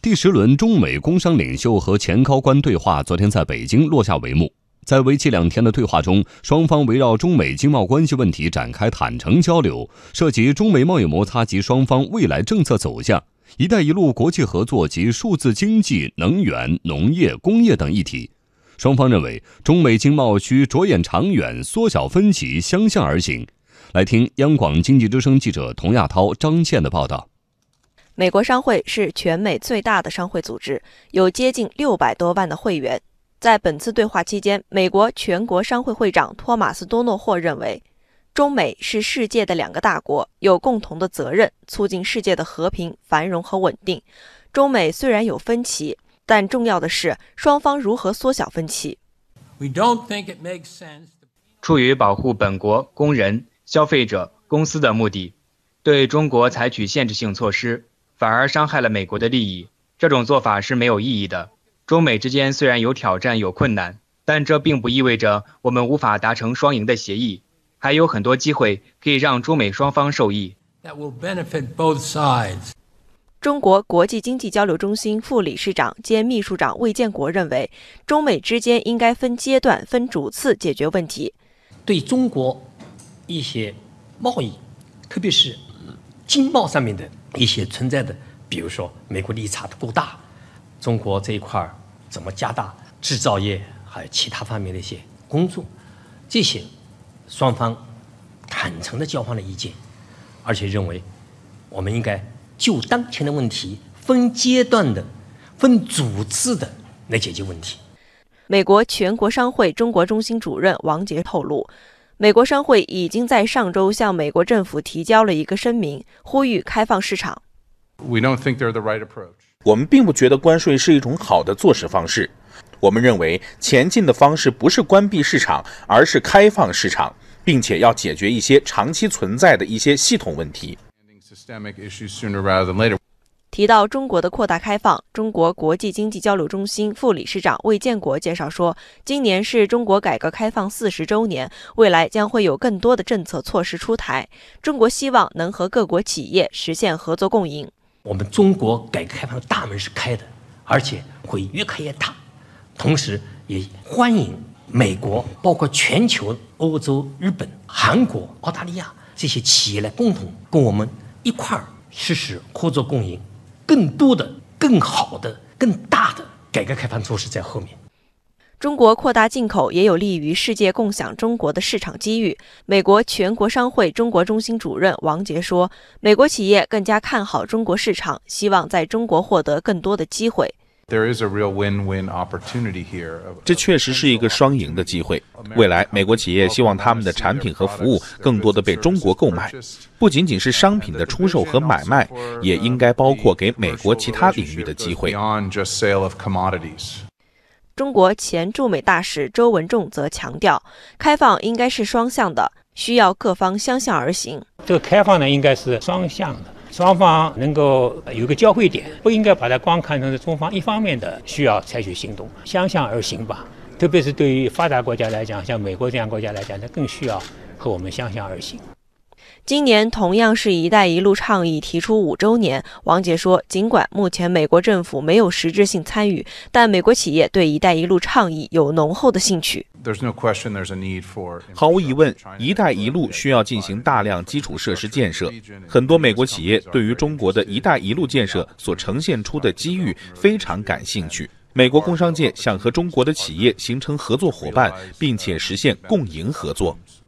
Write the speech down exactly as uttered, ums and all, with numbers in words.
第十轮中美工商领袖和前高官对话昨天在北京落下帷幕。在为期两天的对话中，双方围绕中美经贸关系问题展开坦诚交流，涉及中美贸易摩擦及双方未来政策走向、一带一路国际合作及数字经济、能源、农业、工业等议题。双方认为，中美经贸需着眼长远，缩小分歧，相向而行。来听央广经济之声记者童亚涛、张倩的报道。 美国商会是全美最大的商会组织，有接近六百多万的会员。在本次对话期间，美国全国商会会长托马斯·多诺霍认为，中美是世界的两个大国，有共同的责任，促进世界的和平、繁荣和稳定。中美虽然有分歧，但重要的是双方如何缩小分歧。 出于保护本国工人、消费者、公司的目的，对中国采取限制性措施，反而伤害了美国的利益，这种做法是没有意义的。中美之间虽然有挑战有困难，但这并不意味着我们无法达成双赢的协议，还有很多机会可以让中美双方受益。 中国国际经济交流中心副理事长兼秘书长魏建国认为，中美之间应该分阶段、分主次解决问题。 对中国一些贸易，特别是经贸上面的一些存在的，比如说美国利差的够大，中国这一块怎么加大制造业还有其他方面的一些工作，这些双方坦诚地交换了意见，而且认为我们应该就当前的问题分阶段的、分组次的来解决问题。 美国全国商会中国中心主任王杰透露，美国商会已经在上周向美国政府提交了一个声明，呼吁开放市场。 We don't think they're the right approach. 我们并不觉得关税是一种好的做事方式。我们认为前进的方式不是关闭市场，而是开放市场，并且要解决一些长期存在的一些系统问题。 提到中国的扩大开放，中国国际经济交流中心副理事长魏建国介绍说，今年是中国改革开放四十周年，未来将会有更多的政策措施出台。中国希望能和各国企业实现合作共赢。 我们中国改革开放的大门是开的，而且会越开越大，同时也欢迎美国，包括全球、欧洲、日本、韩国、澳大利亚这些企业来共同跟我们一块儿实施合作共赢。更多的、更好的、更大的改革开放措施在后面。 中国扩大进口也有利于世界共享中国的市场机遇。美国全国商会中国中心主任王杰说，美国企业更加看好中国市场，希望在中国获得更多的机会。 这确实是一个双赢的机会。未来，美国企业希望他们的产品和服务更多的被中国购买，不仅仅是商品的出售和买卖，也应该包括给美国其他领域的机会。 中国前驻美大使周文重则强调，开放应该是双向的，需要各方相向而行。 这个开放呢，应该是双向的。双方能够有一个交汇点，不应该把它光看成是中方一方面的需要采取行动，相向而行吧。特别是对于发达国家来讲，像美国这样国家来讲，它更需要和我们相向而行。 今年同样是一带一路倡议提出五周年，王杰说，尽管目前美国政府没有实质性参与，但美国企业对一带一路倡议有浓厚的兴趣。 毫无疑问，一带一路需要进行大量基础设施建设，很多美国企业对于中国的一带一路建设所呈现出的机遇非常感兴趣。美国工商界想和中国的企业形成合作伙伴，并且实现共赢合作。